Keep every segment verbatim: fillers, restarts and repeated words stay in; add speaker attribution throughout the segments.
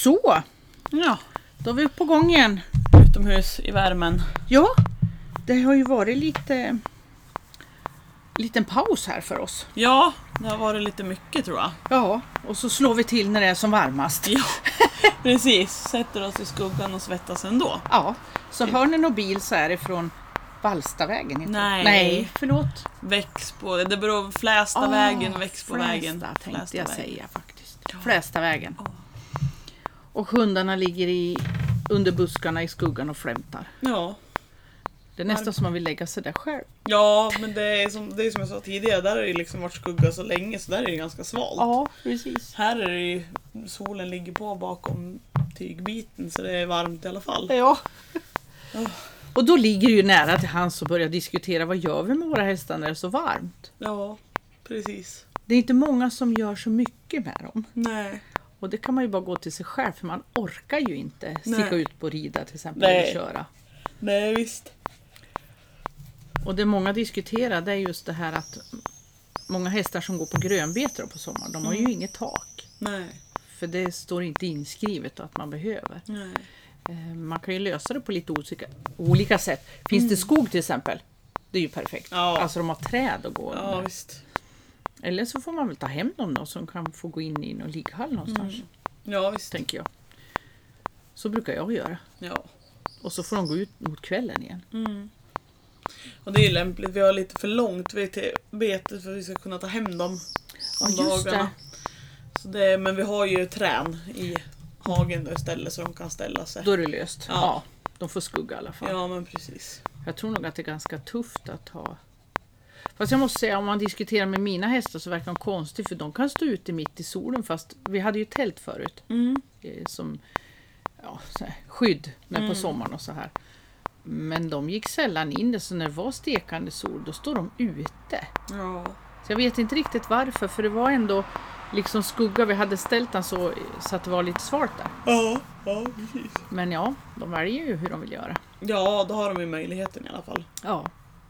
Speaker 1: Så,
Speaker 2: Ja,
Speaker 1: då är vi på gång igen.
Speaker 2: utomhus i värmen.
Speaker 1: Ja, det har ju varit lite liten paus här för oss.
Speaker 2: Ja, det har varit lite mycket tror jag.
Speaker 1: Ja, och så slår vi till när det är som varmast.
Speaker 2: Ja, precis. Sätter oss i skuggan och svettas ändå.
Speaker 1: Ja, så hör ni någon bil så är det från Vallstavägen. Inte?
Speaker 2: Nej.
Speaker 1: Nej, förlåt.
Speaker 2: Väx på, det beror Flästa
Speaker 1: Ah,
Speaker 2: vägen, väx på
Speaker 1: Flästa,
Speaker 2: vägen.
Speaker 1: tänkte
Speaker 2: Flästa
Speaker 1: jag
Speaker 2: vägen.
Speaker 1: säga faktiskt.
Speaker 2: Ja.
Speaker 1: Flästavägen.
Speaker 2: Ja.
Speaker 1: Och hundarna ligger i, under buskarna i skuggan och flämtar.
Speaker 2: Ja.
Speaker 1: Det är nästan som man vill lägga sig där själv.
Speaker 2: Ja, men det är, som, det är som jag sa tidigare, där har det liksom varit skugga så länge så där är det ganska svalt.
Speaker 1: Ja, precis.
Speaker 2: Här är det ju, solen ligger på bakom tygbiten så det är varmt i alla fall.
Speaker 1: Ja.
Speaker 2: Oh.
Speaker 1: Och då ligger det ju nära till hands att börja diskutera vad gör vi med våra hästar när det är så varmt.
Speaker 2: Ja, precis.
Speaker 1: Det är inte många som gör så mycket med dem.
Speaker 2: Nej.
Speaker 1: Och det kan man ju bara gå till sig själv för man orkar ju inte sticka
Speaker 2: Nej.
Speaker 1: ut på rida till exempel
Speaker 2: Nej.
Speaker 1: eller köra.
Speaker 2: Nej, visst.
Speaker 1: Och det många diskuterar det är just det här att många hästar som går på grönbetor på sommaren, de har ju
Speaker 2: Mm.
Speaker 1: inget tak.
Speaker 2: Nej.
Speaker 1: För det står inte inskrivet att man behöver.
Speaker 2: Nej.
Speaker 1: Eh, Man kan ju lösa det på lite olika, olika sätt. Finns
Speaker 2: Mm.
Speaker 1: det skog till exempel, det är ju perfekt.
Speaker 2: Ja.
Speaker 1: Alltså de har träd att gå
Speaker 2: Ja,
Speaker 1: under.
Speaker 2: visst.
Speaker 1: Eller så får man väl ta hem dem då som kan få gå in i någon ligghall någonstans,
Speaker 2: Mm. Ja, visst.
Speaker 1: tänker jag. Så brukar jag göra.
Speaker 2: Ja.
Speaker 1: Och så får de gå ut mot kvällen igen.
Speaker 2: Mm. Och det är ju lämpligt, vi har lite för långt till betet för att vi ska kunna ta hem dem om
Speaker 1: Ja, just
Speaker 2: dagarna. Så det, men vi har ju trän i hagen då istället så de kan ställa sig.
Speaker 1: Då är det löst. Ja.
Speaker 2: Ja.
Speaker 1: De får skugga i alla fall.
Speaker 2: Ja, men precis.
Speaker 1: Jag tror nog att det är ganska tufft att ha. Fast jag måste säga, om man diskuterar med mina hästar så verkar de konstigt. För de kan stå ute mitt i solen. Fast vi hade ju tält förut.
Speaker 2: Mm.
Speaker 1: eh, Som ja, så här, skydd när
Speaker 2: Mm.
Speaker 1: på sommaren och så här. Men de gick sällan in det. Så när det var stekande sol, då står de ute.
Speaker 2: Ja.
Speaker 1: Så jag vet inte riktigt varför. För det var ändå liksom skugga. Vi hade ställt den så, så att det var lite svart där.
Speaker 2: Ja, ja, precis.
Speaker 1: Men ja, de väljer ju hur de vill göra.
Speaker 2: Ja, då har de ju möjligheten i alla fall.
Speaker 1: Ja.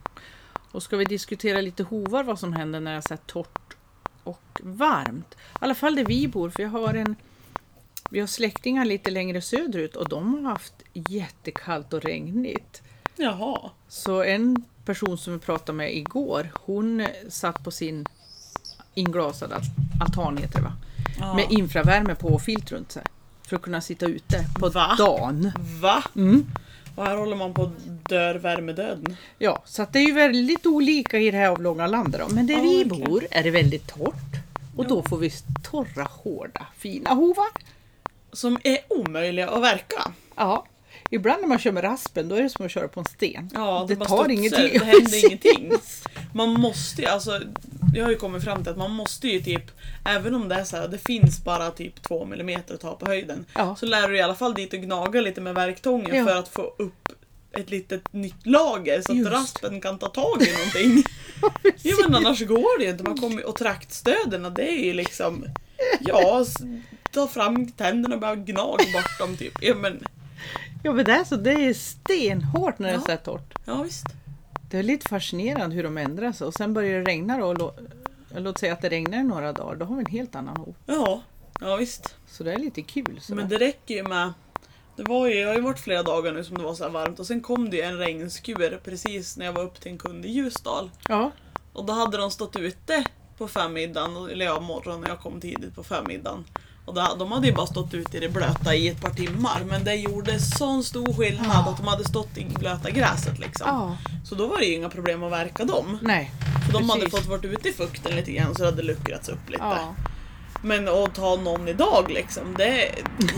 Speaker 1: Och ska vi diskutera lite hovar vad som händer när det är så här torrt och varmt. I alla fall där vi bor, för jag har en vi har släktingar lite längre söderut och de har haft jättekallt och regnigt.
Speaker 2: Jaha.
Speaker 1: Så en person som vi pratade med igår, hon satt på sin inglasade al- altan heter det va?
Speaker 2: Ja.
Speaker 1: Med infravärme på och filt runt sig. För att kunna sitta ute på
Speaker 2: Va?
Speaker 1: dagen.
Speaker 2: Va?
Speaker 1: Mm.
Speaker 2: Och här håller man på att dör värmedöden.
Speaker 1: Ja, så att det är ju väldigt olika i det här avlånga landet då. Men där
Speaker 2: Ja,
Speaker 1: vi
Speaker 2: verkligen.
Speaker 1: bor är det väldigt torrt. Och
Speaker 2: Ja.
Speaker 1: då får vi torra, hårda, fina hovar.
Speaker 2: Som är omöjliga att verka.
Speaker 1: Ja, ibland när man kör med raspen då är det som att köra på en sten.
Speaker 2: Ja,
Speaker 1: det
Speaker 2: bara
Speaker 1: tar
Speaker 2: studsar.
Speaker 1: ingenting.
Speaker 2: Det händer ingenting. Man måste ju, alltså, jag har ju kommit fram till att man måste ju typ, även om det är så här, det finns bara typ två millimeter att ta på höjden,
Speaker 1: Ja.
Speaker 2: så lär du i alla fall dit och gnaga lite med verktången
Speaker 1: Ja.
Speaker 2: för att få upp ett litet nytt lager så att
Speaker 1: Just.
Speaker 2: raspen kan ta tag i någonting. Ja, men annars går det ju inte. Man kommer, och traktstöderna, det är ju liksom, ja, s- ta fram tänderna och bara gnaga bort dem typ. Ja, men,
Speaker 1: Ja, men det är så, det är stenhårt när det är
Speaker 2: Ja.
Speaker 1: så här torrt.
Speaker 2: ja visst.
Speaker 1: Det är lite fascinerande hur de ändrar sig. Och sen börjar det regna då. Och lå, låt säga att det regnar i några dagar. Då har vi en helt annan hov.
Speaker 2: Ja, ja visst.
Speaker 1: Så det är lite kul. Så
Speaker 2: Men det räcker ju med, det var ju, jag har ju varit flera dagar nu som det var så här varmt och sen kom det ju en regnskur precis när jag var upp till en kund i Ljusdal.
Speaker 1: Ja,
Speaker 2: Och då hade de stått ute på förmiddagen, eller ja, morgon när jag kom tidigt på förmiddagen. Och då, de hade ju bara stått ute i det blöta i ett par timmar, men det gjorde sån stor skillnad
Speaker 1: Ja.
Speaker 2: att de hade stått i blöta gräset liksom.
Speaker 1: ja.
Speaker 2: Så då var det ju inga problem att verka dem.
Speaker 1: Nej.
Speaker 2: För de hade
Speaker 1: precis.
Speaker 2: fått varit ute i fukten lite grann så det hade luckrats upp lite.
Speaker 1: Ja.
Speaker 2: Men att ta någon idag liksom, det...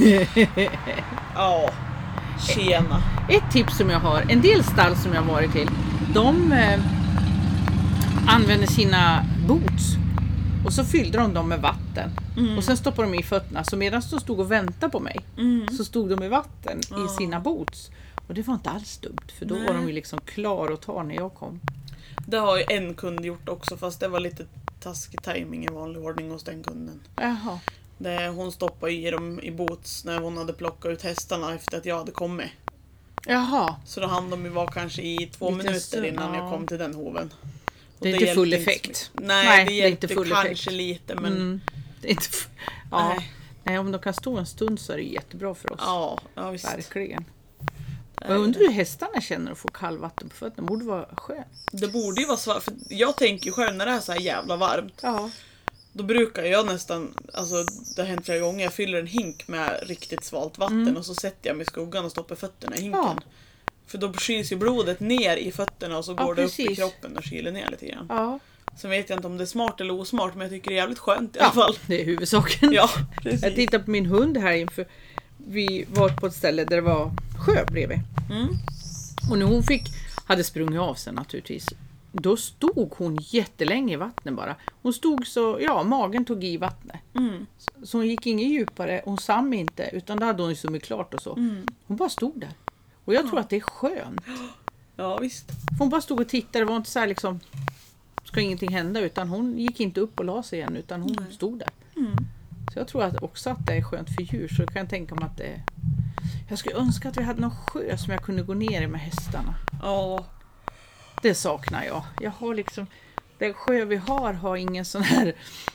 Speaker 2: Ja, tjena.
Speaker 1: Ett tips som jag har, en del stall som jag har varit till, de eh, använder sina boots och så fyllde de dem med vatten.
Speaker 2: Mm.
Speaker 1: Och sen stoppade de i fötterna, så medan de stod och väntade på mig
Speaker 2: Mm.
Speaker 1: så stod de i vatten
Speaker 2: Ja.
Speaker 1: i sina boots. Och det var inte alls dumt, för då
Speaker 2: Nej.
Speaker 1: var de ju liksom klar att ta när jag kom.
Speaker 2: Det har ju en kund gjort också, fast det var lite taskig timing i vanlig ordning hos den kunden.
Speaker 1: Jaha.
Speaker 2: Det, hon stoppade i dem i boots när hon hade plockat ut hästarna efter att jag hade kommit.
Speaker 1: Jaha.
Speaker 2: Så då hann de ju vara kanske i två
Speaker 1: Lite
Speaker 2: minuter
Speaker 1: stund,
Speaker 2: innan
Speaker 1: ja.
Speaker 2: jag kom till den hoven. Och
Speaker 1: Det är inte
Speaker 2: hjälpte
Speaker 1: full
Speaker 2: inte så
Speaker 1: effekt.
Speaker 2: mycket. Nej,
Speaker 1: Nej,
Speaker 2: det
Speaker 1: det är inte
Speaker 2: hjälpte
Speaker 1: full
Speaker 2: kanske
Speaker 1: effekt.
Speaker 2: lite, men
Speaker 1: Mm. Det är inte f- ja.
Speaker 2: nej.
Speaker 1: Nej, om de kan stå en stund så är det jättebra för oss.
Speaker 2: Ja, ja visst.
Speaker 1: Verkligen. Jag undrar hur hästarna känner att få kallvatten på fötterna. Det borde vara skönt.
Speaker 2: Det borde ju vara svårt, för jag tänker ju själv när det är så här jävla varmt.
Speaker 1: Ja.
Speaker 2: Då brukar jag nästan, alltså det har hänt flera gånger, jag fyller en hink med riktigt svalt vatten
Speaker 1: Mm.
Speaker 2: och så sätter jag mig i skuggan och stoppar fötterna i hinken.
Speaker 1: Ja.
Speaker 2: För då kyls ju blodet ner i fötterna och så
Speaker 1: Ja,
Speaker 2: går det upp i
Speaker 1: precis.
Speaker 2: kroppen och kyler ner lite grann.
Speaker 1: Ja,
Speaker 2: Sen vet jag inte om det är smart eller osmart, men jag tycker det är jävligt skönt i alla fall.
Speaker 1: det är huvudsaken.
Speaker 2: Ja,
Speaker 1: Jag
Speaker 2: precis.
Speaker 1: tittade på min hund här inför. Vi var på ett ställe där det var sjö bredvid.
Speaker 2: Mm.
Speaker 1: Och när hon fick, hade sprungit av sig naturligtvis. Då stod hon jättelänge i vattnet bara. Hon stod så, ja, magen tog i vattnet.
Speaker 2: Mm.
Speaker 1: Så hon gick inget djupare, hon sam inte, utan då hade hon ju summit klart och så.
Speaker 2: Mm.
Speaker 1: Hon bara stod där. Och jag tror att det är skönt.
Speaker 2: Ja, visst.
Speaker 1: För hon bara stod och tittade, det var inte så här liksom, ska ingenting hända, utan hon gick inte upp och la sig igen, utan hon
Speaker 2: Nej.
Speaker 1: stod där.
Speaker 2: Mm.
Speaker 1: Så jag tror att också att det är skönt för djur, så jag kan tänka mig att det är... Jag skulle önska att vi hade någon sjö som jag kunde gå ner i med hästarna.
Speaker 2: Ja.
Speaker 1: Det saknar jag. Jag har liksom, den sjö vi har har ingen sån här,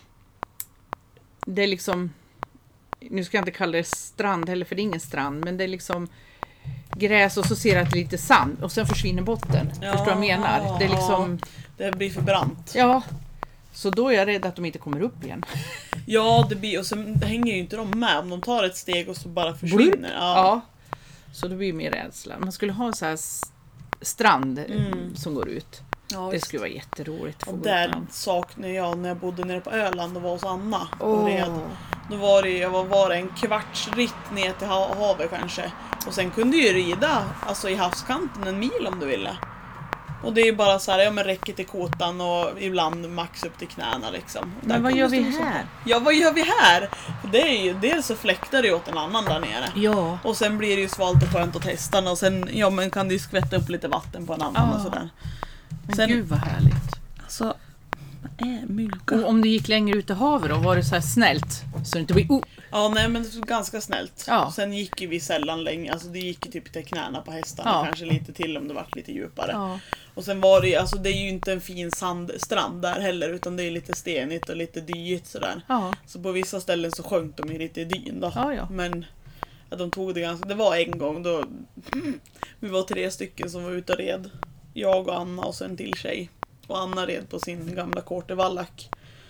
Speaker 1: det är liksom, nu ska jag inte kalla det strand heller, för det är ingen strand, men det är liksom gräs och så ser jag att det är lite sand och sen försvinner botten.
Speaker 2: Ja.
Speaker 1: Förstår du vad jag menar? Det är liksom,
Speaker 2: Det blir för brant.
Speaker 1: ja, så då är jag rädd att de inte kommer upp igen.
Speaker 2: Ja, det blir, och sen hänger ju inte de med om de tar ett steg och så bara försvinner. Ja.
Speaker 1: Ja, så det blir mer rädsla. Man skulle ha en sån här s- strand eh,
Speaker 2: Mm.
Speaker 1: som går ut.
Speaker 2: Ja,
Speaker 1: Det
Speaker 2: visst.
Speaker 1: skulle vara jätteroligt att få
Speaker 2: Och
Speaker 1: gå
Speaker 2: där
Speaker 1: upp med.
Speaker 2: saknar jag när jag bodde nere på Öland och var hos Anna och
Speaker 1: Åh.
Speaker 2: red. Då var det, jag var, var det en kvarts ritt ner till ha- havet kanske. Och sen kunde ju rida alltså i havskanten en mil om du ville. Och det är ju bara så här, ja men räcker till kotan och ibland max upp till knäna liksom. Och där
Speaker 1: Men vad
Speaker 2: kom
Speaker 1: gör
Speaker 2: det
Speaker 1: vi
Speaker 2: stor som-
Speaker 1: här?
Speaker 2: Ja, vad gör vi här? För det är ju, dels så fläktar det åt en annan där nere.
Speaker 1: Ja,
Speaker 2: Och sen blir det ju svalt och skönt att testa och sen ja, men kan det ju skvätta upp lite vatten på en annan
Speaker 1: Ja.
Speaker 2: och sådär.
Speaker 1: men
Speaker 2: Sen-
Speaker 1: gud vad härligt.
Speaker 2: Alltså, vad är mylka?
Speaker 1: Och om du gick längre ut i havet då, var det så här snällt? Så det inte blir... Oh.
Speaker 2: Ja, nej men det var ganska snällt.
Speaker 1: Ja.
Speaker 2: Sen gick ju vi sällan länge, alltså det gick ju typ till knäna på hästarna,
Speaker 1: Ja.
Speaker 2: kanske lite till om det var lite djupare.
Speaker 1: Ja.
Speaker 2: Och sen var det ju, alltså det är ju inte en fin sandstrand där heller, utan det är lite stenigt och lite dyigt sådär.
Speaker 1: Ja.
Speaker 2: Så på vissa ställen så sjönk de ju lite i dyn då.
Speaker 1: Ja, ja.
Speaker 2: Men ja, de tog det ganska, det var en gång då vi var tre stycken som var ute och red. Jag och Anna och sen till tjej. Och Anna red på sin gamla Korte Wallach.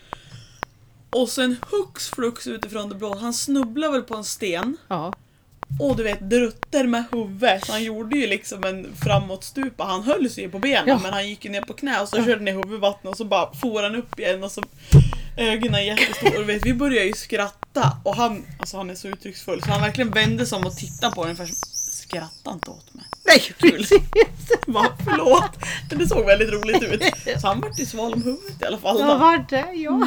Speaker 2: Och sen hux flux utifrån det blå. Han snubblade väl på en sten.
Speaker 1: Ja.
Speaker 2: Och du vet, drutter med huvudet. Så han gjorde ju liksom en framåtstupa. Han höll sig ju på benen,
Speaker 1: Ja.
Speaker 2: men han gick ju ner på knä och så körde ner huvudet i vattnet och så bara for han upp igen och så ögonen jättestora. Och du vet, vi började ju skratta. Och han, alltså han är så uttrycksfull. Så han verkligen vände sig om och tittade på den ungefär som, skratta inte åt mig.
Speaker 1: Nej, precis.
Speaker 2: Bara, förlåt. Men det såg väldigt roligt ut. Så han vart ju sval om huvudet i alla fall.
Speaker 1: Ja,
Speaker 2: Då.
Speaker 1: var det? Ja.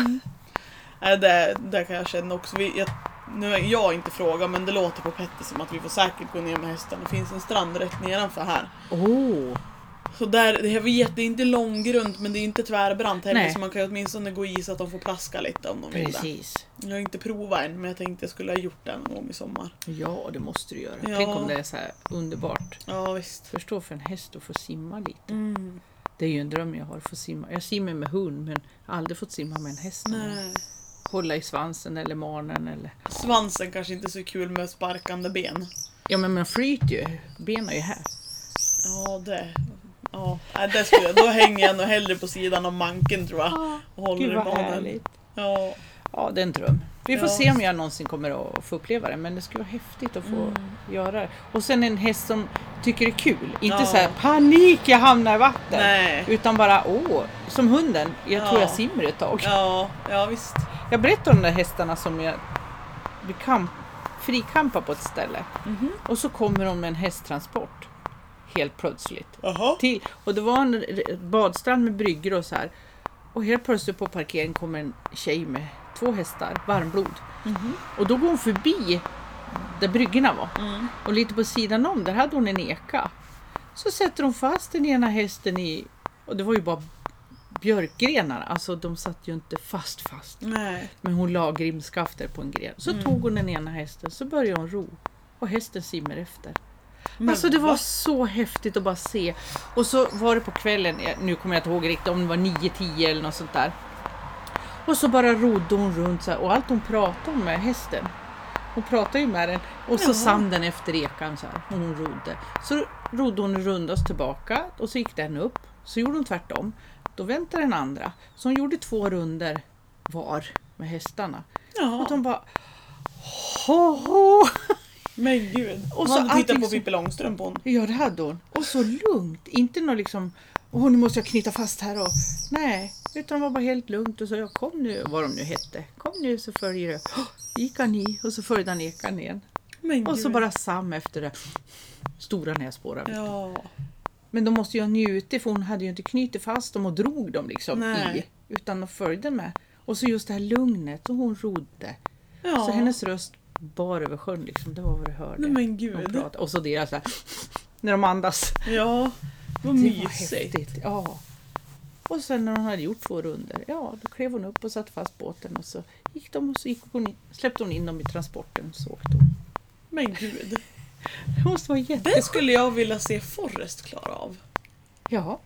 Speaker 2: Nej, det, det kan jag känna också. Vi, jag, nu är jag inte fråga, men det låter på Petter som att vi får säkert gå ner med hästen. Det finns en strand rätt nedanför här.
Speaker 1: Oh.
Speaker 2: Så där, det, vet, det är inte långgrunt, men det är inte tvärbrant heller.
Speaker 1: Nej.
Speaker 2: Så man kan ju åtminstone gå i så att de får plaska lite om de vill det.
Speaker 1: Precis.
Speaker 2: Jag har inte provat än, men jag tänkte jag skulle ha gjort det någon gång i sommar.
Speaker 1: Ja, det måste du göra.
Speaker 2: Ja.
Speaker 1: Tänk om det är så här underbart.
Speaker 2: Ja, visst.
Speaker 1: Förstå för en häst att få simma lite.
Speaker 2: Mm.
Speaker 1: Det är ju en dröm jag har, att få simma. Jag simmar med hund, men jag har aldrig fått simma med en häst.
Speaker 2: Nej.
Speaker 1: Hålla i svansen eller manen eller...
Speaker 2: Svansen kanske inte är så kul med sparkande ben.
Speaker 1: Ja, men man flyter ju. Benen är ju här.
Speaker 2: Ja, det... Ja, nej, det skulle jag. Då hänger jag nog hellre på sidan av manken tror jag. Och håller
Speaker 1: Gud
Speaker 2: i
Speaker 1: vad
Speaker 2: manen.
Speaker 1: härligt.
Speaker 2: Ja.
Speaker 1: Ja, det är en dröm. Vi får
Speaker 2: Ja.
Speaker 1: se om jag någonsin kommer att få uppleva det, men det skulle vara häftigt att få
Speaker 2: Mm.
Speaker 1: göra det. Och sen en häst som tycker det är kul. Inte
Speaker 2: Ja.
Speaker 1: så här panik, jag hamnar i vatten.
Speaker 2: Nej.
Speaker 1: Utan bara, åh, som hunden. Jag tror
Speaker 2: Ja.
Speaker 1: jag simmer ett tag.
Speaker 2: Ja, ja visst.
Speaker 1: Jag berättade om de där hästarna som jag vi kamp, frikampar på ett ställe.
Speaker 2: Mhm.
Speaker 1: Och så kommer de med en hästtransport. Helt plötsligt.
Speaker 2: Jaha.
Speaker 1: Till. Och det var en badstrand med bryggor och så här. Och helt plötsligt på parkeringen kommer en tjej med två hästar, varmblod.
Speaker 2: Mhm.
Speaker 1: Och då går hon förbi där bryggorna var.
Speaker 2: Mm.
Speaker 1: Och lite på sidan om, där hade hon en eka. Så sätter hon fast den ena hästen i, och det var ju bara björkgrenar. Alltså de satt ju inte fast fast.
Speaker 2: Nej.
Speaker 1: Men hon la grimskafter på en gren. Så
Speaker 2: Mm.
Speaker 1: tog hon den ena hästen, så började hon ro. Och hästen simmar efter.
Speaker 2: Men
Speaker 1: Alltså det var
Speaker 2: va?
Speaker 1: så häftigt att bara se. Och så var det på kvällen, nu kommer jag inte ihåg riktigt om det var nio tio eller något sånt där. Och så bara rodde hon runt så här, och allt hon pratade om med hästen. Hon pratade ju med den. Och så
Speaker 2: Ja.
Speaker 1: sanden efter ekan så här. Och hon rodde. Så rodde hon rundast tillbaka. Och så gick den upp. Så gjorde hon tvärtom. Då väntade den andra. Så hon gjorde två runder var med hästarna.
Speaker 2: Ja.
Speaker 1: Och de bara... Ho, ho.
Speaker 2: Men gud.
Speaker 1: Och
Speaker 2: Och
Speaker 1: så
Speaker 2: så hade tittat
Speaker 1: allting
Speaker 2: på
Speaker 1: så-
Speaker 2: Pippi Långstrump på hon.
Speaker 1: Ja, det hade hon. Och så lugnt. Inte något liksom... Åh, nu måste jag knyta fast här och... Nej, utan det var bara helt lugnt. Och så jag kom nu, vad de nu hette. Kom nu så följer det. Oh, gick han i och så följde han ekan igen.
Speaker 2: Men
Speaker 1: Och så
Speaker 2: gud.
Speaker 1: bara Sam efter det stora näsborrar.
Speaker 2: Ja.
Speaker 1: Men de måste ju ha njutit för hon hade ju inte knutit fast dem och drog dem liksom
Speaker 2: Nej.
Speaker 1: i. Utan de följde med. Och så just det här lugnet och hon rodde.
Speaker 2: Ja.
Speaker 1: Så hennes röst bar över sjön liksom. Det var vad det hörde.
Speaker 2: Nej, men
Speaker 1: De
Speaker 2: gud.
Speaker 1: pratade. Och så deras så här, när de andas.
Speaker 2: Ja. Vad
Speaker 1: Det var
Speaker 2: mysigt.
Speaker 1: häftigt. Ja. Och sen när hon hade gjort två runder, ja, då klev hon upp och satte fast båten och så gick de och så gick hon in, släppte hon in dem i transporten och så åkte hon.
Speaker 2: Men gud.
Speaker 1: Det måste vara jätte...
Speaker 2: Det skulle jag vilja se Forrest klara av.
Speaker 1: Ja.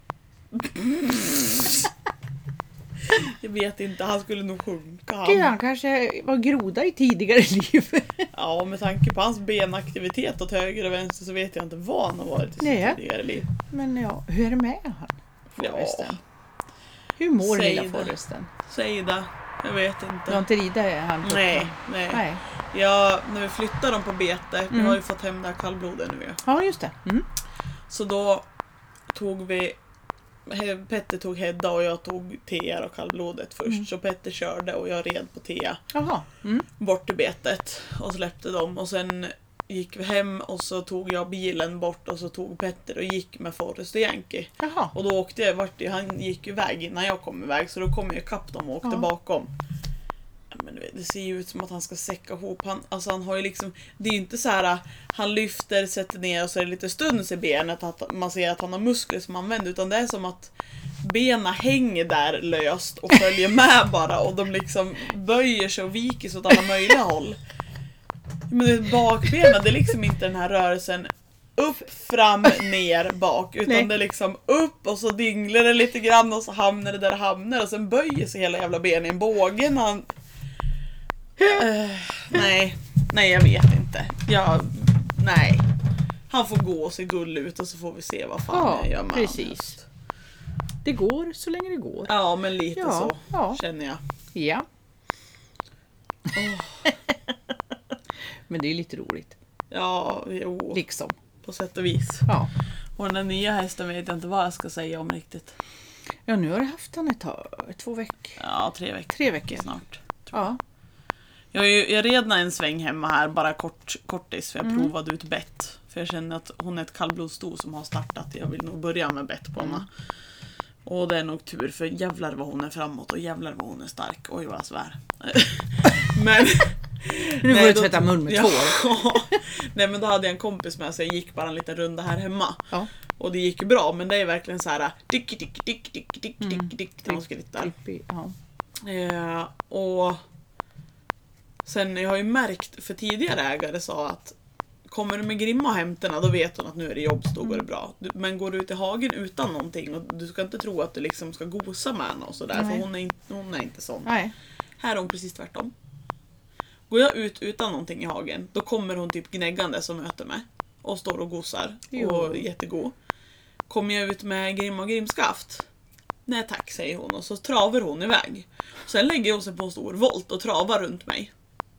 Speaker 2: Jag vet inte, han skulle nog sjunka.
Speaker 1: Gud,
Speaker 2: Han.
Speaker 1: han kanske var groda i tidigare liv.
Speaker 2: Ja, med tanke på hans benaktivitet åt höger och vänster så vet jag inte vad han har varit i sitt
Speaker 1: Nej.
Speaker 2: tidigare liv.
Speaker 1: Men ja, hur är det med han? Forresten? Hur mår
Speaker 2: Säg
Speaker 1: lilla
Speaker 2: det.
Speaker 1: Forresten?
Speaker 2: Säg det. Jag vet
Speaker 1: Du har
Speaker 2: inte.
Speaker 1: inte ridit han? på-
Speaker 2: Nej, nej.
Speaker 1: Nej.
Speaker 2: Ja, när vi flyttade dem på bete, vi
Speaker 1: Mm.
Speaker 2: har ju fått hem det här kallblodet nu ju.
Speaker 1: Ja, just det. Mm.
Speaker 2: Så då tog vi, He- Petter tog Hedda och jag tog Tea och kallblodet först.
Speaker 1: Mm.
Speaker 2: Så Petter körde och jag red på Tea
Speaker 1: Jaha. Mm.
Speaker 2: bort till betet och släppte dem. Och sen gick vi hem och så tog jag bilen bort och så tog Petter och gick med Forrest och Yankee.
Speaker 1: Jaha.
Speaker 2: Och då åkte jag, vart, han gick ju iväg innan jag kom iväg så då kom jag ikapp dem och åkte
Speaker 1: Ja.
Speaker 2: bakom. Ja, men du vet, det ser ju ut som att han ska säcka ihop. Han, alltså han har ju liksom, det är ju inte så här han lyfter, sätter ner och så är det lite stuns i benet att man ser att han har muskler som använder, utan det är som att benen hänger där löst och följer med bara och de liksom böjer sig och viker sig åt alla möjliga håll. Men det är bakbenen, det är liksom inte den här rörelsen upp, fram, ner, bak, utan
Speaker 1: Nej.
Speaker 2: det är liksom upp och så dinglar det lite grann och så hamnar det där det hamnar och sen böjer sig hela jävla ben i en båge när han... Uh, nej, nej jag vet inte. Jag, nej. Han får gå och se gull ut och så får vi se vad fan
Speaker 1: Ja,
Speaker 2: jag gör med
Speaker 1: precis.
Speaker 2: honom.
Speaker 1: Det går så länge det går.
Speaker 2: Ja, men lite
Speaker 1: Ja,
Speaker 2: så
Speaker 1: ja.
Speaker 2: känner jag.
Speaker 1: Ja. Men det är lite roligt.
Speaker 2: Ja, jo,
Speaker 1: Liksom.
Speaker 2: på sätt och vis.
Speaker 1: Ja.
Speaker 2: Och den där nya hästen vet jag inte vad jag ska säga om riktigt.
Speaker 1: Ja, nu har jag haft han ett tag. Två veckor.
Speaker 2: Ja, tre veckor
Speaker 1: Tre veckor.
Speaker 2: snart.
Speaker 1: Ja.
Speaker 2: Jag, är ju- jag red en sväng hemma här, bara kort, kortis, för jag
Speaker 1: Mm.
Speaker 2: provade ut bett. För jag känner att hon är ett kallblodsto som har startat. Jag vill nog börja med bett på henne.
Speaker 1: Mm.
Speaker 2: Och det är nog tur, för jävlar vad hon är framåt och jävlar vad hon är stark. Oj vad jag svär. Men...
Speaker 1: Nu får
Speaker 2: Nej,
Speaker 1: du
Speaker 2: då-
Speaker 1: tvätta mun med
Speaker 2: ja.
Speaker 1: tvår.
Speaker 2: Nej, men då hade jag en kompis med så jag gick bara en liten runda här hemma.
Speaker 1: Ja.
Speaker 2: Och det gick ju bra, men det är verkligen så här tick tick tick tick tick
Speaker 1: Mm.
Speaker 2: tick tick när man skrittar.
Speaker 1: Tippi, ja.
Speaker 2: Eh, och sen jag har ju märkt, för tidigare ägare sa att kommer du med grimma hämterna då vet hon att nu är det jobb, så då går det bra. Du, men går du ut i hagen utan någonting och du ska inte tro att du liksom ska gosa med henne och sådär, för
Speaker 1: Nej.
Speaker 2: hon är, inte, hon är inte sån.
Speaker 1: Nej.
Speaker 2: Här är hon precis tvärtom. Går jag ut utan någonting i hagen, då kommer hon typ gnäggande som möter mig. Och står och gosar.
Speaker 1: Jo.
Speaker 2: Och är jättegod. Kommer jag ut med grimma och grimskaft? Nej tack, säger hon. Och så travar hon iväg. Sen lägger hon sig på en stor volt och travar runt mig.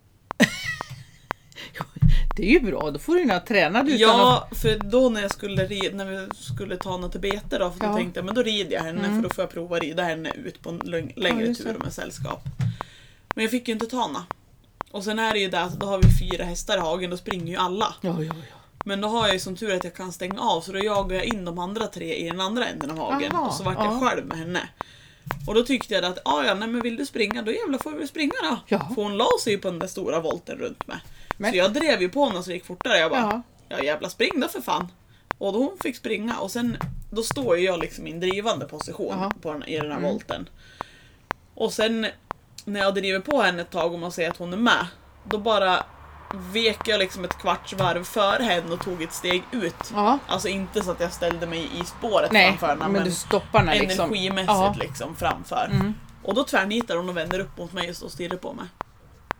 Speaker 1: Det är ju bra, då får du ju tränad utan att...
Speaker 2: Ja, för då när jag skulle rid, när vi skulle ta henne till bete då, för då
Speaker 1: Ja.
Speaker 2: tänkte jag, men då rider jag henne,
Speaker 1: Mm.
Speaker 2: för då får jag prova rida henne ut på en lång-
Speaker 1: Ja,
Speaker 2: längre
Speaker 1: just
Speaker 2: tur
Speaker 1: det.
Speaker 2: med sällskap. Men jag fick ju inte ta henne. Och sen är det ju där, då har vi fyra hästar i hagen, då springer ju alla.
Speaker 1: Ja, ja, ja.
Speaker 2: Men då har jag ju som tur att jag kan stänga av, så då jagar jag in de andra tre i den andra änden av hagen.
Speaker 1: Aha,
Speaker 2: och så vart
Speaker 1: ja.
Speaker 2: jag själv med henne. Och då tyckte jag att, ah, ja, nej men vill du springa, då jävlar får vi väl springa då.
Speaker 1: Ja.
Speaker 2: För hon la sig ju på den där stora volten runt mig.
Speaker 1: Men-
Speaker 2: Så jag drev ju på henne så det gick fortare. Jag bara,
Speaker 1: Ja.
Speaker 2: ja jävla spring då för fan. Och då hon fick springa, och sen då står ju jag liksom i en drivande position
Speaker 1: Jaha.
Speaker 2: på den, i den här
Speaker 1: Mm.
Speaker 2: volten. Och sen när jag driver på henne ett tag och man ser att hon är med, då bara vek jag liksom ett kvarts varv för henne och tog ett steg ut.
Speaker 1: Ja.
Speaker 2: Alltså inte så att jag ställde mig i spåret
Speaker 1: Nej,
Speaker 2: framför henne,
Speaker 1: men,
Speaker 2: men
Speaker 1: du stoppar henne liksom.
Speaker 2: energimässigt
Speaker 1: Ja.
Speaker 2: liksom framför.
Speaker 1: Mm.
Speaker 2: Och då tvärnitar hon och vänder upp mot mig och står och stirrar på mig.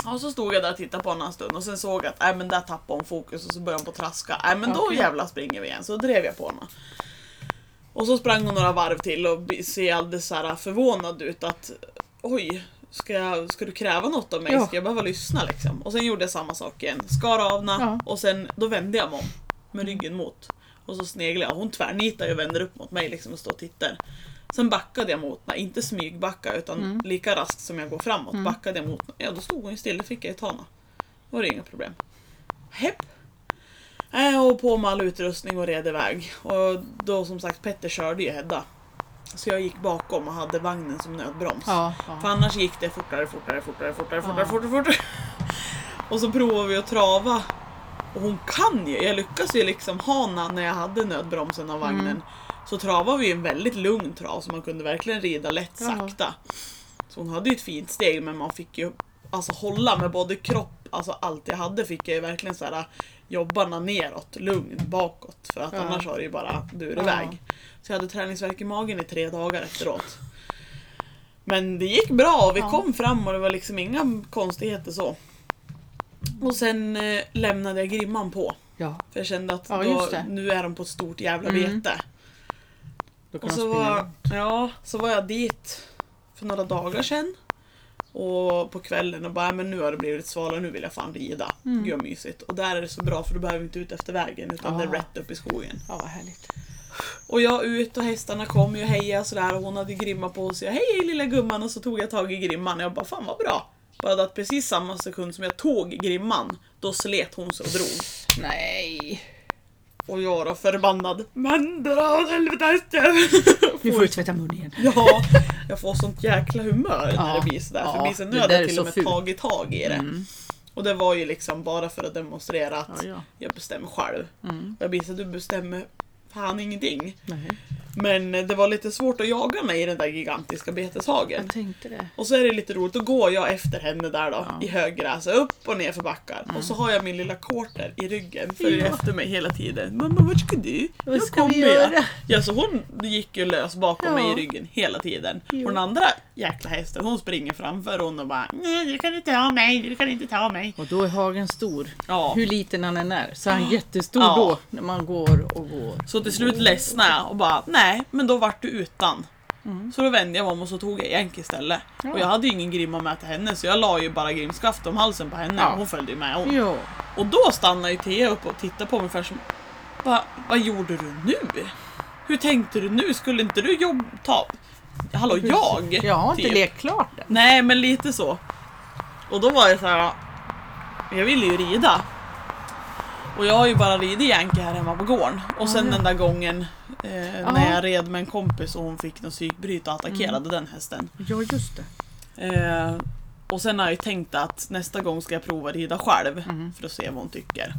Speaker 2: Ja, så stod jag där och tittade på honom en stund och sen såg jag att nej, men där tappade hon fokus och så började hon på traska. Nej, men då
Speaker 1: Okej.
Speaker 2: jävla springer vi igen. Så drev jag på honom. Och så sprang hon några varv till och ser alldeles så här förvånad ut att oj, ska, jag, ska du kräva något av mig?
Speaker 1: Ja.
Speaker 2: Ska jag behöva lyssna liksom? Och sen gjorde jag samma sak igen. Skar av
Speaker 1: Ja.
Speaker 2: och sen då vände jag mig om med ryggen mot. Och så sneglade jag. Hon tvärnitar och vänder upp mot mig liksom och står och tittar. Sen backade jag mot, nej, inte smygbacka utan
Speaker 1: Mm.
Speaker 2: lika raskt som jag går framåt.
Speaker 1: Mm.
Speaker 2: Backade jag mot, ja då stod hon ju still, det fick jag ju ta henne. Då var det inga problem. Hepp. Äh, och på med all utrustning och red iväg. Och då som sagt, Petter körde ju Hedda. Så jag gick bakom och hade vagnen som nödbroms.
Speaker 1: Ja,
Speaker 2: För
Speaker 1: ja.
Speaker 2: annars gick det fortare, fortare, fortare, fortare, fortare,
Speaker 1: Ja.
Speaker 2: fortare, fortare. Och så provade vi att trava. Och hon kan ju, jag lyckas ju liksom ha henne när jag hade nödbromsen av vagnen.
Speaker 1: Mm.
Speaker 2: Så travade vi en väldigt lugn trav så man kunde verkligen rida lätt
Speaker 1: Ja.
Speaker 2: sakta. Så hon hade ju ett fint steg men man fick ju alltså hålla med både kropp, alltså allt jag hade fick jag ju verkligen så här jobbarna neråt, lugnt bakåt. För att
Speaker 1: Ja.
Speaker 2: annars har det ju bara dur
Speaker 1: Ja.
Speaker 2: iväg. Så jag hade träningsvärk i magen i tre dagar efteråt. Men det gick bra och vi
Speaker 1: Ja.
Speaker 2: kom fram och det var liksom inga konstigheter så. Och sen eh, lämnade jag grimman på.
Speaker 1: Ja,
Speaker 2: För jag kände att
Speaker 1: Ja,
Speaker 2: då,
Speaker 1: just det.
Speaker 2: nu är de på ett stort jävla
Speaker 1: Mm.
Speaker 2: bete.
Speaker 1: då kan
Speaker 2: Och
Speaker 1: de
Speaker 2: så
Speaker 1: springa
Speaker 2: var,
Speaker 1: runt.
Speaker 2: ja, så var jag dit för några dagar sedan. Och på kvällen och bara, men nu har det blivit svalare, nu vill jag fan rida.
Speaker 1: Mm.
Speaker 2: Gud vad mysigt. Och där är det så bra för du behöver inte ut efter vägen utan
Speaker 1: Ja.
Speaker 2: det är rätt upp i skogen.
Speaker 1: Ja, vad härligt.
Speaker 2: Och jag ut och hästarna kom ju och hejade och sådär och hon hade grimma på sig. Hej hej lilla gumman, och så tog jag tag i grimman och jag bara, fan vad bra. Bara att precis samma sekund som jag tog grimman, då slet hon sig och drog.
Speaker 1: Nej.
Speaker 2: Och jag då förbannad, men dra åt helvete.
Speaker 1: Nu får du tvätta munnen igen.
Speaker 2: Ja, jag får sånt jäkla humör när
Speaker 1: Ja.
Speaker 2: det blir sådär.
Speaker 1: Ja,
Speaker 2: För blir så
Speaker 1: det
Speaker 2: nöd
Speaker 1: där är
Speaker 2: till
Speaker 1: så
Speaker 2: och med
Speaker 1: fult.
Speaker 2: tagit tag i det.
Speaker 1: Mm.
Speaker 2: Och det var ju liksom bara för att demonstrera att
Speaker 1: Ja, ja.
Speaker 2: jag bestämmer själv.
Speaker 1: Mm.
Speaker 2: Jag blir så du bestämmer fan ingenting.
Speaker 1: Nej.
Speaker 2: Men det var lite svårt att jaga mig i den där gigantiska beteshagen.
Speaker 1: Jag tänkte det.
Speaker 2: Och så är det lite roligt, då går jag efter henne där då,
Speaker 1: Ja.
Speaker 2: i höggräs, upp och ner för backar. Och så har jag min lilla quarter i ryggen, följer
Speaker 1: Ja.
Speaker 2: efter mig hela tiden. Mamma, vart ska du?
Speaker 1: Vad
Speaker 2: Jag
Speaker 1: ska vi
Speaker 2: kommer, jag.
Speaker 1: göra?
Speaker 2: Ja, så hon gick ju lös bakom
Speaker 1: Ja.
Speaker 2: mig i ryggen hela tiden.
Speaker 1: Jo.
Speaker 2: Och den andra jäkla hästen, hon springer framför hon och bara, nej du kan inte ta mig, du kan inte ta mig.
Speaker 1: Och då är hagen stor.
Speaker 2: Ja.
Speaker 1: Hur liten han än är. Så är han jättestor
Speaker 2: Ja.
Speaker 1: då. När man går och går.
Speaker 2: Så till slut ledsnade jag och bara, nej, men då vart du utan.
Speaker 1: Mm.
Speaker 2: Så då vände jag mig om och så tog jag Jänk istället.
Speaker 1: Ja.
Speaker 2: Och jag hade ju ingen grimma med till henne så jag la ju bara grimskaft om halsen på henne
Speaker 1: Ja.
Speaker 2: och hon följde ju med hon.
Speaker 1: Jo.
Speaker 2: Och då stannade ju Thea upp och tittade på mig för som, Va, vad gjorde du nu? Hur tänkte du nu? Skulle inte du jobba? Ta... Hallå, jag?
Speaker 1: Jag har inte
Speaker 2: Typ.
Speaker 1: lekt klart än.
Speaker 2: Nej, men lite så. Och då var det så här. Jag ville ju rida. Och jag har ju bara ridit Jänke här hemma på gården. Och sen
Speaker 1: Ja, ja.
Speaker 2: den där gången eh,
Speaker 1: Ja.
Speaker 2: när jag red med en kompis och hon fick någon psykbryt och attackerade
Speaker 1: Mm.
Speaker 2: den hästen.
Speaker 1: Ja, just det.
Speaker 2: Eh, och sen har jag ju tänkt att nästa gång ska jag prova rida själv
Speaker 1: Mm.
Speaker 2: för att se vad hon tycker.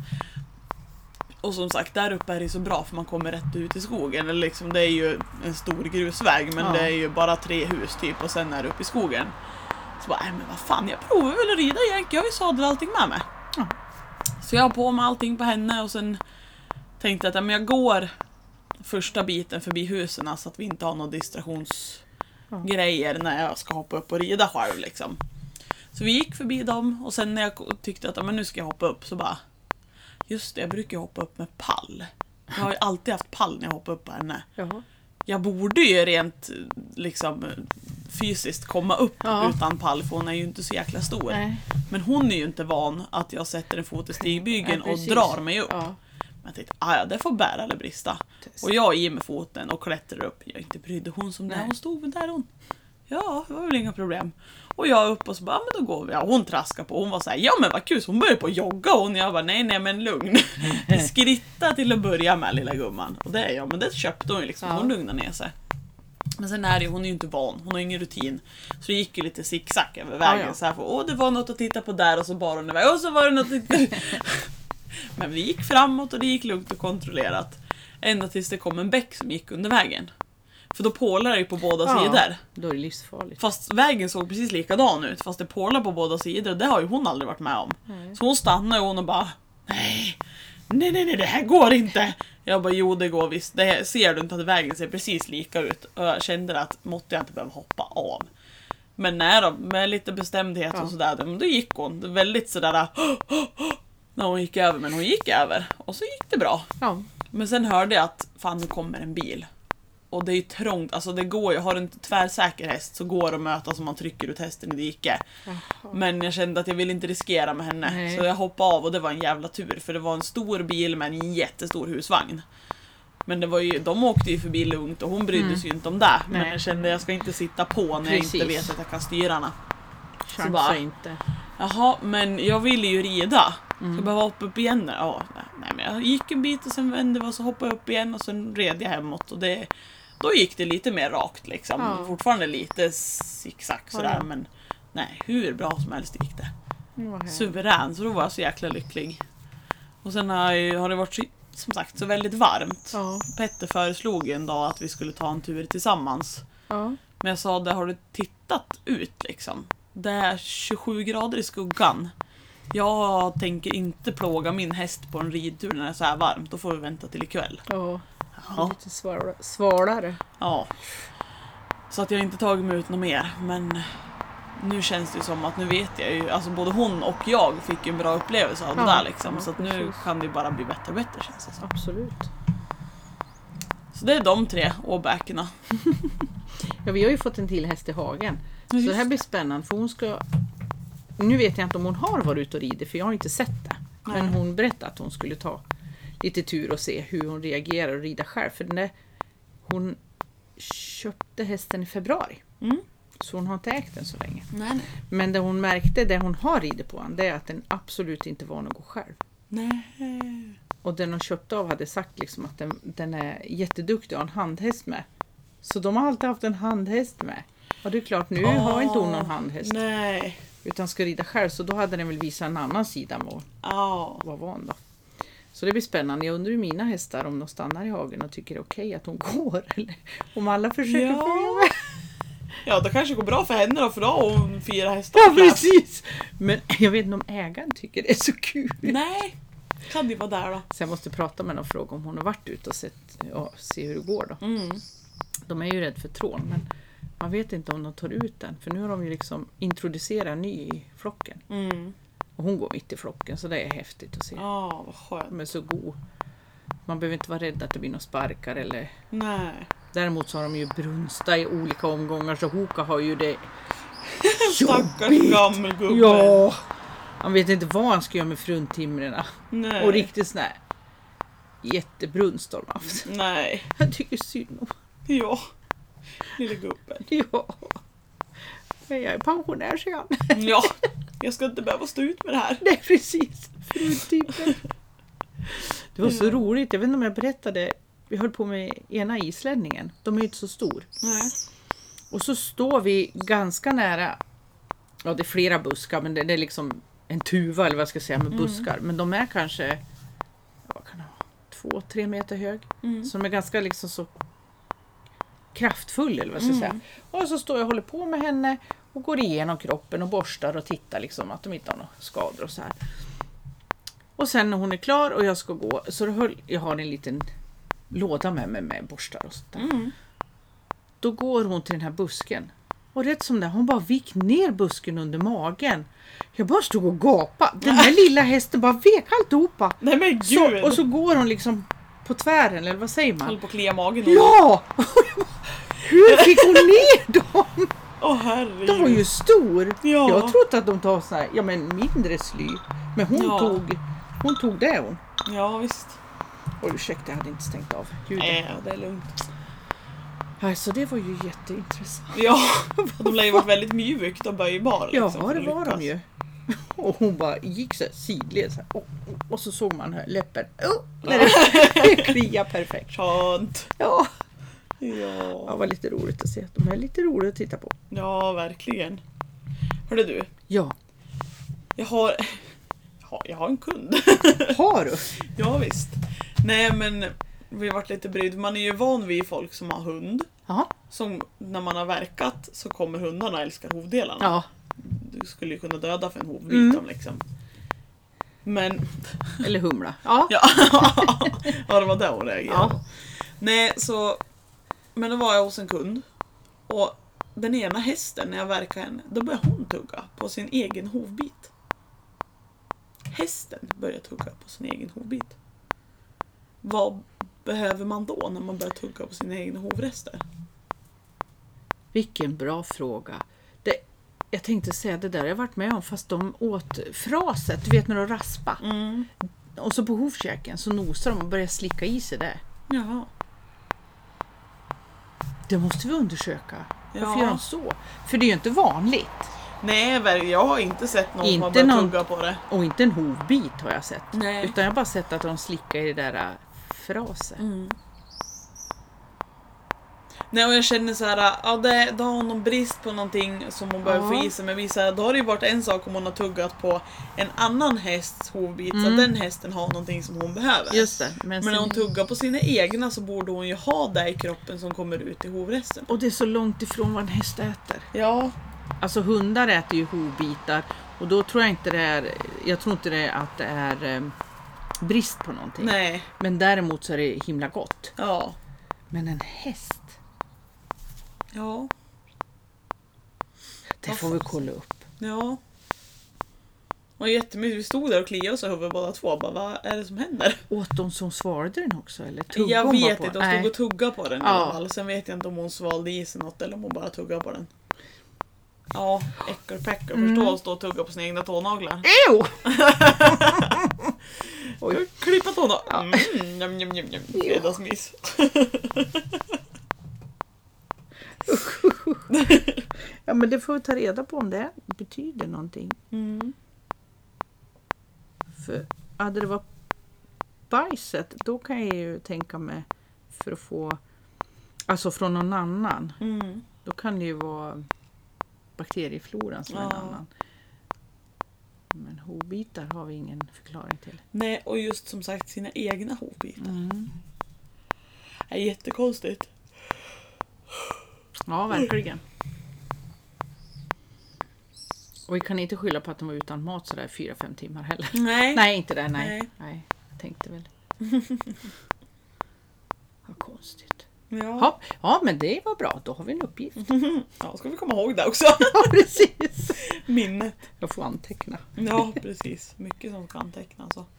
Speaker 2: Och som sagt, där uppe är det så bra för man kommer rätt ut i skogen. Eller liksom, det är ju en stor grusväg men
Speaker 1: Ja.
Speaker 2: det är ju bara tre hus typ och sen är det uppe i skogen. Så bara, nej men vad fan, jag provar väl att rida Jänke, jag har ju sadel allting med mig.
Speaker 1: Ja.
Speaker 2: Så jag har på med allting på henne och sen tänkte jag att ja, men jag går första biten förbi husen så att vi inte har några distraktionsgrejer när jag ska hoppa upp och rida själv liksom. Så vi gick förbi dem och sen när jag tyckte att ja, men nu ska jag hoppa upp så bara, just det, jag brukar hoppa upp med pall. Jag har ju alltid haft pall när jag hoppar upp på henne.
Speaker 1: Jaha.
Speaker 2: Jag borde ju rent liksom fysiskt komma upp
Speaker 1: Ja.
Speaker 2: utan pall för hon är ju inte så jäkla stor.
Speaker 1: Nej.
Speaker 2: Men hon är ju inte van att jag sätter en fot i stigbygeln
Speaker 1: Ja,
Speaker 2: och
Speaker 1: precis.
Speaker 2: drar mig upp.
Speaker 1: Ja.
Speaker 2: Men jag tänkte, ah, ja, det får bära eller brista.
Speaker 1: Test.
Speaker 2: Och jag i med foten och klättrar upp. Jag inte brydde hon som det.
Speaker 1: Nej.
Speaker 2: Hon stod väl där hon. Ja, det var väl inga problem. Och jag upp och så bara, ah, men då går vi. Ja, hon traskade på. Hon var så här, ja men vad kul. Så hon började på att jogga hon. Jag bara, nej nej men lugn. Skritta till att börja med lilla gumman. Och det är jag, men det köpte hon ju liksom.
Speaker 1: Ja.
Speaker 2: Hon lugnade ner sig. Men sen är det, hon är ju inte van, hon har ingen rutin. Så det gick ju lite zigzag över vägen.
Speaker 1: Ja, ja.
Speaker 2: Så här, för, åh det var något att titta på där och så bar hon iväg. Och så var det något att titta. Men vi gick framåt och det gick lugnt och kontrollerat. Ända tills det kom en bäck som gick under vägen. För då pålar det ju på båda
Speaker 1: Ja.
Speaker 2: sidor.
Speaker 1: Då är det livsfarligt.
Speaker 2: Fast vägen såg precis likadan ut. Fast det pålar på båda sidor. Det har ju hon aldrig varit med om.
Speaker 1: Nej.
Speaker 2: Så hon stannade och hon och bara, nej, nej, nej, nej, det här går inte. Jag bara, jo det går visst. Det ser du inte att vägen ser precis lika ut? Och jag kände att måtte jag inte behöva hoppa av. Men nej då, med lite bestämdhet
Speaker 1: Ja.
Speaker 2: och sådär, men då gick hon. Väldigt sådär när hon gick över, men hon gick över. Och så gick det bra.
Speaker 1: Ja.
Speaker 2: Men sen hörde jag att fan, nu kommer en bil. Och det är ju trångt, alltså det går ju, har en tvärsäker häst så går det att möta som man trycker ut hästen i diket.
Speaker 1: Jaha.
Speaker 2: Men jag kände att jag ville inte riskera med henne.
Speaker 1: Nej.
Speaker 2: Så jag hoppade av och det var en jävla tur. För det var en stor bil med en jättestor husvagn. Men det var ju, de åkte ju förbi lugnt och hon brydde
Speaker 1: Mm.
Speaker 2: sig ju inte om det. Men
Speaker 1: Nej.
Speaker 2: jag kände att jag ska inte sitta på när
Speaker 1: Precis.
Speaker 2: jag inte vet att jag kan styra henne.
Speaker 1: Chansa
Speaker 2: bara-
Speaker 1: inte.
Speaker 2: Jaha, men jag ville ju rida.
Speaker 1: Mm.
Speaker 2: Ska jag behöva hoppa upp igen nu? Ja, nej, men jag gick en bit och sen vände jag och så hoppade jag upp igen och sen red jag hemåt. Och det, då gick det lite mer rakt liksom.
Speaker 1: Ja.
Speaker 2: Fortfarande lite zigzag sådär,
Speaker 1: Ja, ja.
Speaker 2: men nej, hur bra som helst gick det.
Speaker 1: Det var härligt.
Speaker 2: Suverän, så då var jag så jäkla lycklig. Och sen har, jag, har det varit så, som sagt så väldigt varmt.
Speaker 1: Ja.
Speaker 2: Petter föreslog ju en dag att vi skulle ta en tur tillsammans.
Speaker 1: Ja.
Speaker 2: Men jag sa, där har du tittat ut liksom. Det är tjugosju grader i skuggan. Jag tänker inte plåga min häst på en ridtur när det är så här varmt. Då får vi vänta till ikväll.
Speaker 1: Ja.
Speaker 2: Ja.
Speaker 1: Lite svalare. svalare.
Speaker 2: Ja. Så att jag inte tagit mig ut något mer. Men nu känns det ju som att nu vet jag ju. Alltså både hon och jag fick ju en bra upplevelse av det
Speaker 1: Ja,
Speaker 2: där liksom.
Speaker 1: ja,
Speaker 2: Så att nu
Speaker 1: precis.
Speaker 2: kan det ju bara bli bättre och bättre, känns det som.
Speaker 1: Absolut.
Speaker 2: Så det är de tre åbäkerna.
Speaker 1: Ja, vi har ju fått en till häst i hagen. Så det här blir spännande för hon ska... Nu vet jag inte om hon har varit ute och ridit för jag har inte sett det. Men
Speaker 2: Nej.
Speaker 1: hon berättade att hon skulle ta lite tur och se hur hon reagerar och rida själv. För den där, hon köpte hästen i februari.
Speaker 2: Mm.
Speaker 1: Så hon har inte ägt den så länge.
Speaker 2: Nej, nej.
Speaker 1: Men det hon märkte, det hon har ridit på den, det är att den absolut inte var att gå själv.
Speaker 2: Nej.
Speaker 1: Och den hon köpte av hade sagt liksom att den, den är jätteduktig och har en handhäst med. Så de har alltid haft en handhäst med. Och det är klart, nu har inte hon någon handhäst.
Speaker 2: Nej.
Speaker 1: Utan ska rida själv, så då hade den väl visat en annan sida än vad
Speaker 2: Ja.
Speaker 1: var van då. Så det blir spännande. Jag undrar ju mina hästar om de stannar i hagen och tycker det är okej att hon går. Eller om alla försöker
Speaker 2: Ja.
Speaker 1: följa med.
Speaker 2: Ja, det kanske går bra för henne då, för då har hon fyra hästar.
Speaker 1: Ja, precis! Men jag vet inte om ägaren tycker det är så kul.
Speaker 2: Nej. Kan det vara där då?
Speaker 1: Så jag måste prata med henne och fråga om hon har varit ute och sett, ja, se hur det går då.
Speaker 2: Mm.
Speaker 1: De är ju rädd för trån, men man vet inte om de tar ut den. För nu har de ju liksom introducerat en ny i flocken.
Speaker 2: Mm.
Speaker 1: Och hon går mitt i flocken, så det är häftigt att se.
Speaker 2: Ja, vad skönt.
Speaker 1: De är så god. Man behöver inte vara rädd att det blir några sparkar eller...
Speaker 2: Nej.
Speaker 1: Däremot så har de ju brunsta i olika omgångar, så Hoka har ju det
Speaker 2: Stackars gammelgubben.
Speaker 1: Ja! Han vet inte vad han ska göra med fruntimrarna.
Speaker 2: Nej.
Speaker 1: Och riktigt sån här jättebrunst har de haft.
Speaker 2: Nej.
Speaker 1: Jag tycker synd om.
Speaker 2: Ja. Lilla gubben.
Speaker 1: Ja. Men jag är pensionär, säger han.
Speaker 2: Ja. Jag ska inte behöva stå ut med det här.
Speaker 1: Det är precis. Fruntimmer. Det var så roligt. Jag vet inte om jag berättade. Vi höll på med ena islänningen. De är ju inte så stor.
Speaker 2: Nej.
Speaker 1: Och så står vi ganska nära. Ja, det är flera buskar, men det, det är liksom en tuva eller vad jag ska säga med buskar. Men de är kanske, ja, vad kan det vara, två, tre meter hög.
Speaker 2: Mm.
Speaker 1: Så de är ganska liksom så kraftfull eller vad jag ska säga. Och så står jag och håller på med henne och går igenom kroppen och borstar och tittar liksom att de inte har några skador och så här. Och sen när hon är klar och jag ska gå, så då höll, jag har en liten låda med mig med borstar och sånt där.
Speaker 2: Mm.
Speaker 1: Då går hon till den här busken. Och rätt som det, hon bara vik ner busken under magen. Jag bara stod och gapade. Den här lilla hästen bara vek alltihopa.
Speaker 2: Nej men gud.
Speaker 1: Så, och så går hon liksom på tvären, eller vad säger man?
Speaker 2: Håller på att klia magen.
Speaker 1: Ja! Hur fick hon ner dem?
Speaker 2: Åh herregud.
Speaker 1: De var ju stor.
Speaker 2: Ja.
Speaker 1: Jag trodde att de tar så här, ja men mindre sly. Men hon
Speaker 2: Ja.
Speaker 1: tog hon tog det hon.
Speaker 2: Ja visst.
Speaker 1: Och ursäkta, jag hade inte stängt av ljudet.
Speaker 2: Nej, det är lugnt.
Speaker 1: Alltså det var ju jätteintressant.
Speaker 2: Ja, och de lär ju varit väldigt mjukt och böjbar.
Speaker 1: Ja,
Speaker 2: liksom, för
Speaker 1: det
Speaker 2: att
Speaker 1: var
Speaker 2: lyckas.
Speaker 1: de ju. Och hon bara gick så här sidled så här, och, och så såg man här läppen. Oh, när det kliade perfekt.
Speaker 2: Skönt.
Speaker 1: Ja, det
Speaker 2: Ja.
Speaker 1: var lite roligt att se. De är lite roliga att titta på.
Speaker 2: Ja, verkligen. Hörde du,
Speaker 1: Ja,
Speaker 2: jag har, jag har, jag har en kund.
Speaker 1: har du?
Speaker 2: Ja, visst. Nej, men vi har varit lite brydd. Man är ju van vid folk som har hund.
Speaker 1: Ja.
Speaker 2: Som när man har verkat så kommer hundarna och älskar hovdelarna.
Speaker 1: Ja,
Speaker 2: Du skulle ju kunna döda för en hovbit
Speaker 1: Mm.
Speaker 2: dem liksom. Men
Speaker 1: eller humla. Ja.
Speaker 2: ja, ja det var där hon reagerade.
Speaker 1: Ja.
Speaker 2: Nej, så men då var jag hos en kund och den ena hästen, när jag verkar henne, då börjar hon tugga på sin egen hovbit. Hästen börjar tugga på sin egen hovbit. Vad behöver man då när man börjar tugga på sina egna hovrester?
Speaker 1: Vilken bra fråga. Det, jag tänkte säga det där jag har varit med om, fast de åt fraset, du vet när de raspa.
Speaker 2: Mm.
Speaker 1: Och så på hovkäken så nosar de och börjar slicka i sig det.
Speaker 2: Jaha.
Speaker 1: Det måste vi undersöka. Varför
Speaker 2: Ja.
Speaker 1: gör de så? För det är ju inte vanligt.
Speaker 2: Nej, jag har inte sett någon
Speaker 1: Inte
Speaker 2: som har börjat
Speaker 1: någon-
Speaker 2: tugga på det.
Speaker 1: Och inte en hovbit har jag sett.
Speaker 2: Nej.
Speaker 1: Utan jag har bara sett att de slickar i det där äh, fraset.
Speaker 2: Mm. Nej, och jag känner så här, ja, det, då har hon någon brist på någonting som hon behöver
Speaker 1: Ja.
Speaker 2: få i sig. Men vi, så här, då har det ju varit en sak om hon har tuggat på en annan hästs hovbit. Så
Speaker 1: Mm.
Speaker 2: att den hästen har någonting som hon behöver.
Speaker 1: Just det. Men,
Speaker 2: Men
Speaker 1: sen-
Speaker 2: när hon tuggar på sina egna så borde hon ju ha det i kroppen som kommer ut i hovresten.
Speaker 1: Och det är så långt ifrån vad en häst äter.
Speaker 2: Ja,
Speaker 1: Alltså hundar äter ju hovbitar. Och då tror jag inte det är, jag tror inte det är att det är eh, brist på någonting.
Speaker 2: nej,
Speaker 1: Men däremot så är det himla gott.
Speaker 2: ja,
Speaker 1: Men en häst,
Speaker 2: ja,
Speaker 1: det
Speaker 2: Vad
Speaker 1: får vi
Speaker 2: fan.
Speaker 1: kolla upp.
Speaker 2: ja. Och jättemycket, vi stod där och kliade oss i huvudet båda två. Bara, vad är det som händer?
Speaker 1: Åt de som svarade den också? Eller tuggade
Speaker 2: Jag
Speaker 1: hon bara
Speaker 2: vet
Speaker 1: på?
Speaker 2: inte, de
Speaker 1: Nej.
Speaker 2: stod och tuggade på den i
Speaker 1: Ja.
Speaker 2: alla fall. Sen vet jag inte om hon svalde i sig något eller om hon bara tuggade på den. Ja, äckelpäckel.
Speaker 1: Mm.
Speaker 2: Förstå att stå och tugga på sina egna tånaglar.
Speaker 1: Ew! Oj.
Speaker 2: Klippa tånaglar. Mm, njam, njam, njam, njam. Fredagsmys.
Speaker 1: Ja, men det får vi ta reda på om det betyder någonting.
Speaker 2: Mm.
Speaker 1: För hade det varit bajset, då kan jag ju tänka mig för att få, alltså från någon annan.
Speaker 2: Mm.
Speaker 1: Då kan det ju vara bakteriefloran som är en
Speaker 2: Ja.
Speaker 1: annan. Men hovbitar har vi ingen förklaring till.
Speaker 2: Nej, och just som sagt sina egna hovbitar.
Speaker 1: Mm.
Speaker 2: Det är jättekonstigt.
Speaker 1: Ja, verkligen. Och vi kan inte skylla på att de var utan mat sådär fyra, fem timmar heller.
Speaker 2: Nej.
Speaker 1: Nej, inte det. Nej.
Speaker 2: Nej.
Speaker 1: Nej. Jag tänkte väl. Vad konstigt.
Speaker 2: Ja.
Speaker 1: Ja, ja, men det var bra. Då har vi en uppgift.
Speaker 2: Ja, ska vi komma ihåg det också.
Speaker 1: Ja, precis.
Speaker 2: Minnet.
Speaker 1: Jag får anteckna.
Speaker 2: Ja, precis. Mycket som ska antecknas. Så.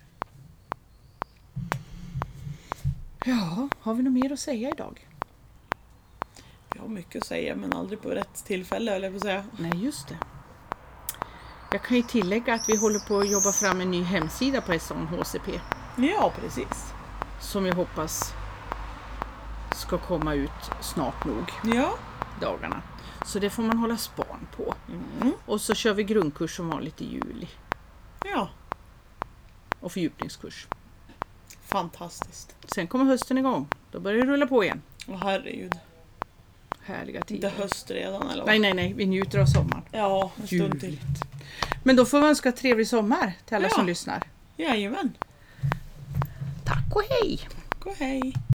Speaker 1: Ja, har vi något mer att säga idag?
Speaker 2: Vi har mycket att säga, men aldrig på rätt tillfälle, eller jag får säga.
Speaker 1: Nej, just det. Jag kan ju tillägga att vi håller på att jobba fram en ny hemsida på S O N H C P.
Speaker 2: Ja, precis.
Speaker 1: Som jag hoppas ska komma ut snart nog
Speaker 2: Ja.
Speaker 1: dagarna. Så det får man hålla span på.
Speaker 2: Mm.
Speaker 1: Och så kör vi grundkurs som vanligt i juli.
Speaker 2: Ja,
Speaker 1: Och fördjupningskurs.
Speaker 2: fantastiskt.
Speaker 1: Sen kommer hösten igång. Då börjar det rulla på igen.
Speaker 2: Åh, herregud.
Speaker 1: Härliga
Speaker 2: Inte
Speaker 1: tider.
Speaker 2: höst redan, eller vad?
Speaker 1: Nej, nej, nej. Vi njuter av sommaren.
Speaker 2: Ja, en stund till.
Speaker 1: Ljuvligt. Men då får vi önska trevlig sommar till alla
Speaker 2: Ja.
Speaker 1: som lyssnar.
Speaker 2: Jajamän.
Speaker 1: Tack och hej!
Speaker 2: Gå hej.